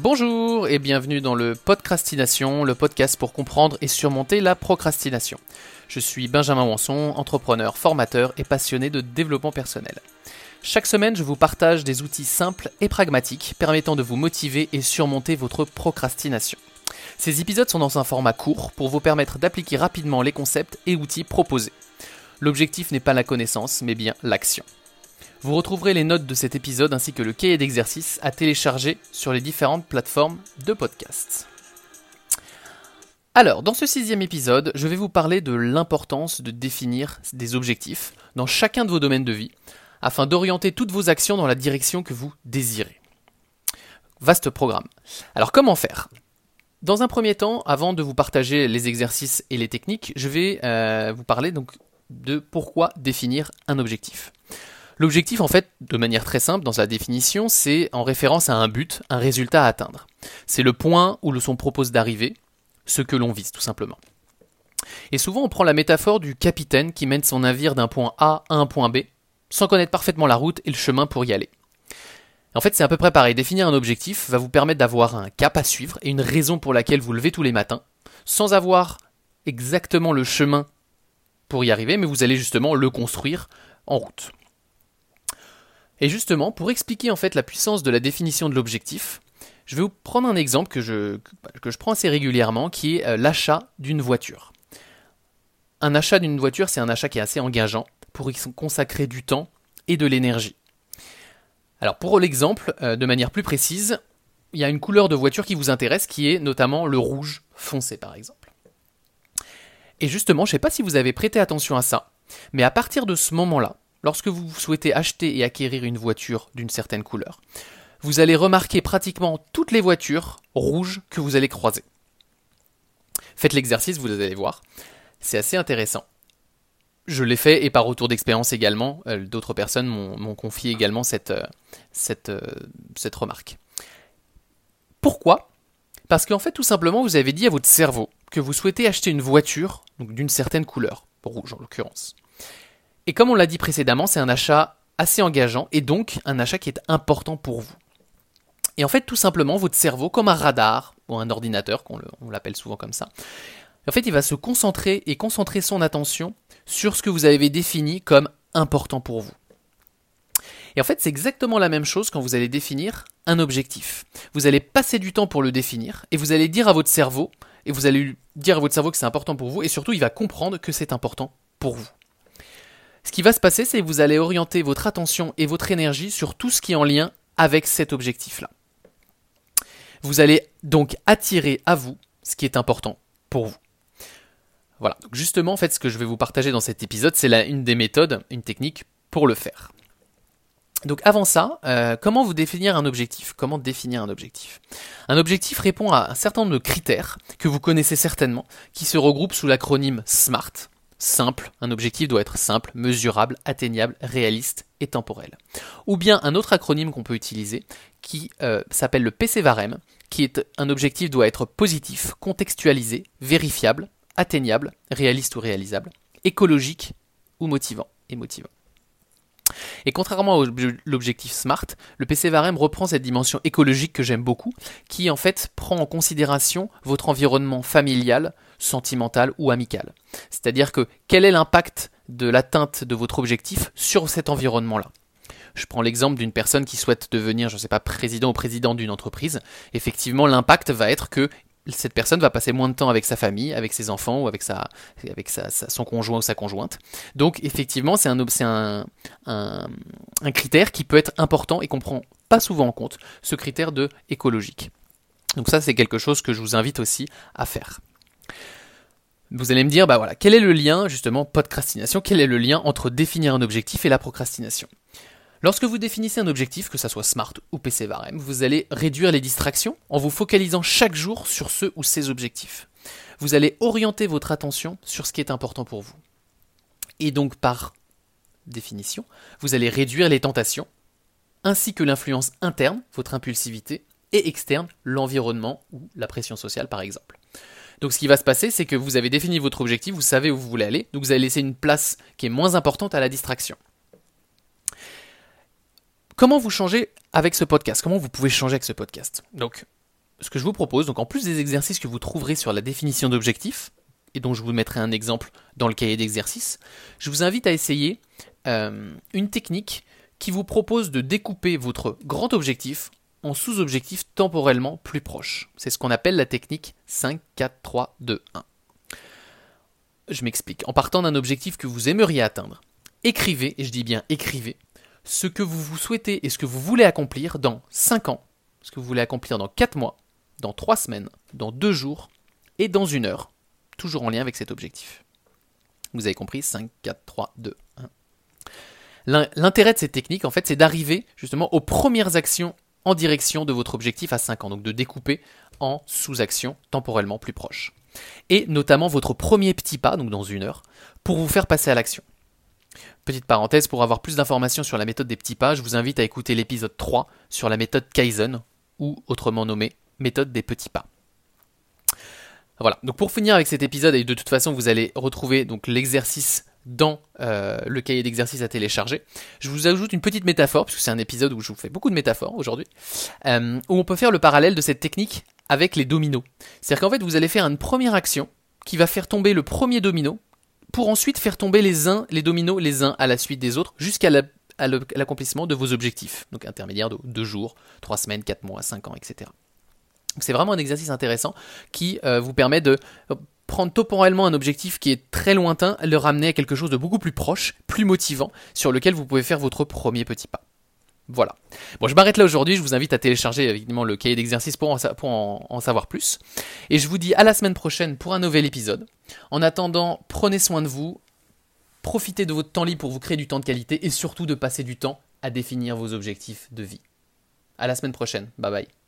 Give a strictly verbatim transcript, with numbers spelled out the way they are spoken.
Bonjour et bienvenue dans le Podcrastination, le podcast pour comprendre et surmonter la procrastination. Je suis Benjamin Wanson, entrepreneur, formateur et passionné de développement personnel. Chaque semaine, je vous partage des outils simples et pragmatiques permettant de vous motiver et surmonter votre procrastination. Ces épisodes sont dans un format court pour vous permettre d'appliquer rapidement les concepts et outils proposés. L'objectif n'est pas la connaissance, mais bien l'action. Vous retrouverez les notes de cet épisode ainsi que le cahier d'exercices à télécharger sur les différentes plateformes de podcast. Alors, dans ce sixième épisode, je vais vous parler de l'importance de définir des objectifs dans chacun de vos domaines de vie afin d'orienter toutes vos actions dans la direction que vous désirez. Vaste programme. Alors, comment faire ? Dans un premier temps, avant de vous partager les exercices et les techniques, je vais euh, vous parler donc de pourquoi définir un objectif. L'objectif, en fait, de manière très simple dans sa définition, c'est en référence à un but, un résultat à atteindre. C'est le point où l'on propose d'arriver, ce que l'on vise, tout simplement. Et souvent, on prend la métaphore du capitaine qui mène son navire d'un point A à un point B, sans connaître parfaitement la route et le chemin pour y aller. En fait, c'est à peu près pareil. Définir un objectif va vous permettre d'avoir un cap à suivre et une raison pour laquelle vous levez tous les matins, sans avoir exactement le chemin pour y arriver, mais vous allez justement le construire en route. Et justement, pour expliquer en fait la puissance de la définition de l'objectif, je vais vous prendre un exemple que je, que je prends assez régulièrement, qui est l'achat d'une voiture. Un achat d'une voiture, c'est un achat qui est assez engageant pour y consacrer du temps et de l'énergie. Alors pour l'exemple, de manière plus précise, il y a une couleur de voiture qui vous intéresse, qui est notamment le rouge foncé par exemple. Et justement, je ne sais pas si vous avez prêté attention à ça, mais à partir de ce moment-là, lorsque vous souhaitez acheter et acquérir une voiture d'une certaine couleur, vous allez remarquer pratiquement toutes les voitures rouges que vous allez croiser. Faites l'exercice, vous allez voir, c'est assez intéressant. Je l'ai fait et par retour d'expérience également, euh, d'autres personnes m'ont, m'ont confié également cette, euh, cette, euh, cette remarque. Pourquoi ? Parce qu'en fait, tout simplement, vous avez dit à votre cerveau que vous souhaitez acheter une voiture donc d'une certaine couleur, rouge en l'occurrence. Et comme on l'a dit précédemment, c'est un achat assez engageant et donc un achat qui est important pour vous. Et en fait, tout simplement, votre cerveau, comme un radar ou un ordinateur, qu'on le, on l'appelle souvent comme ça, en fait, il va se concentrer et concentrer son attention sur ce que vous avez défini comme important pour vous. Et en fait, c'est exactement la même chose quand vous allez définir un objectif. Vous allez passer du temps pour le définir et vous allez dire à votre cerveau, et vous allez dire à votre cerveau que c'est important pour vous et surtout, il va comprendre que c'est important pour vous. Ce qui va se passer, c'est que vous allez orienter votre attention et votre énergie sur tout ce qui est en lien avec cet objectif-là. Vous allez donc attirer à vous ce qui est important pour vous. Voilà, donc justement, en fait, ce que je vais vous partager dans cet épisode, c'est la, une des méthodes, une technique pour le faire. Donc avant ça, euh, comment vous définir un objectif ? Comment définir un objectif ? Un objectif répond à un certain nombre de critères que vous connaissez certainement, qui se regroupent sous l'acronyme SMART. Simple, un objectif doit être simple, mesurable, atteignable, réaliste et temporel. Ou bien un autre acronyme qu'on peut utiliser qui euh, s'appelle le P C V A R E M, qui est un objectif doit être positif, contextualisé, vérifiable, atteignable, réaliste ou réalisable, écologique ou motivant et motivant. Et contrairement à l'objectif SMART, le P C V A R E M reprend cette dimension écologique que j'aime beaucoup, qui en fait prend en considération votre environnement familial, sentimental ou amical. C'est-à-dire que quel est l'impact de l'atteinte de votre objectif sur cet environnement-là ? Je prends l'exemple d'une personne qui souhaite devenir, je ne sais pas, président ou présidente d'une entreprise. Effectivement, l'impact va être que cette personne va passer moins de temps avec sa famille, avec ses enfants ou avec, sa, avec sa, sa, son conjoint ou sa conjointe. Donc effectivement, c'est, un, c'est un, un, un critère qui peut être important et qu'on ne prend pas souvent en compte, ce critère de écologique. Donc ça, c'est quelque chose que je vous invite aussi à faire. Vous allez me dire, bah voilà, quel est le lien, justement, podcrastination, quel est le lien entre définir un objectif et la procrastination ? Lorsque vous définissez un objectif, que ce soit SMART ou P C V A R E M, vous allez réduire les distractions en vous focalisant chaque jour sur ce ou ces objectifs. Vous allez orienter votre attention sur ce qui est important pour vous. Et donc, par définition, vous allez réduire les tentations, ainsi que l'influence interne, votre impulsivité, et externe, l'environnement ou la pression sociale par exemple. Donc ce qui va se passer, c'est que vous avez défini votre objectif, vous savez où vous voulez aller, donc vous allez laisser une place qui est moins importante à la distraction. Comment vous changez avec ce podcast ? Comment vous pouvez changer avec ce podcast ? Donc, ce que je vous propose, donc en plus des exercices que vous trouverez sur la définition d'objectifs, et dont je vous mettrai un exemple dans le cahier d'exercice, je vous invite à essayer euh, une technique qui vous propose de découper votre grand objectif en sous-objectifs temporellement plus proches. C'est ce qu'on appelle la technique cinq, quatre, trois, deux, un. Je m'explique. En partant d'un objectif que vous aimeriez atteindre, écrivez, et je dis bien écrivez, ce que vous vous souhaitez et ce que vous voulez accomplir dans cinq ans, ce que vous voulez accomplir dans quatre mois, dans trois semaines, dans deux jours et dans une heure, toujours en lien avec cet objectif. Vous avez compris, cinq, quatre, trois, deux, un. L'intérêt de cette technique, en fait, c'est d'arriver justement aux premières actions en direction de votre objectif à cinq ans, donc de découper en sous-actions temporellement plus proches. Et notamment votre premier petit pas, donc dans une heure, pour vous faire passer à l'action. Petite parenthèse, pour avoir plus d'informations sur la méthode des petits pas, je vous invite à écouter l'épisode trois sur la méthode Kaizen, ou autrement nommée méthode des petits pas. Voilà, donc pour finir avec cet épisode, et de toute façon vous allez retrouver donc l'exercice dans euh, le cahier d'exercice à télécharger, je vous ajoute une petite métaphore, puisque c'est un épisode où je vous fais beaucoup de métaphores aujourd'hui, euh, où on peut faire le parallèle de cette technique avec les dominos. C'est-à-dire qu'en fait vous allez faire une première action qui va faire tomber le premier domino, pour ensuite faire tomber les uns, les dominos les uns à la suite des autres, jusqu'à la, à l'accomplissement de vos objectifs, donc intermédiaires de deux jours, trois semaines, quatre mois, cinq ans, et cetera. Donc c'est vraiment un exercice intéressant qui euh, vous permet de prendre temporellement un objectif qui est très lointain, le ramener à quelque chose de beaucoup plus proche, plus motivant, sur lequel vous pouvez faire votre premier petit pas. Voilà. Bon, je m'arrête là aujourd'hui, je vous invite à télécharger évidemment le cahier d'exercice pour, en, pour en, en savoir plus. Et je vous dis à la semaine prochaine pour un nouvel épisode. En attendant, prenez soin de vous, profitez de votre temps libre pour vous créer du temps de qualité et surtout de passer du temps à définir vos objectifs de vie. À la semaine prochaine, bye bye.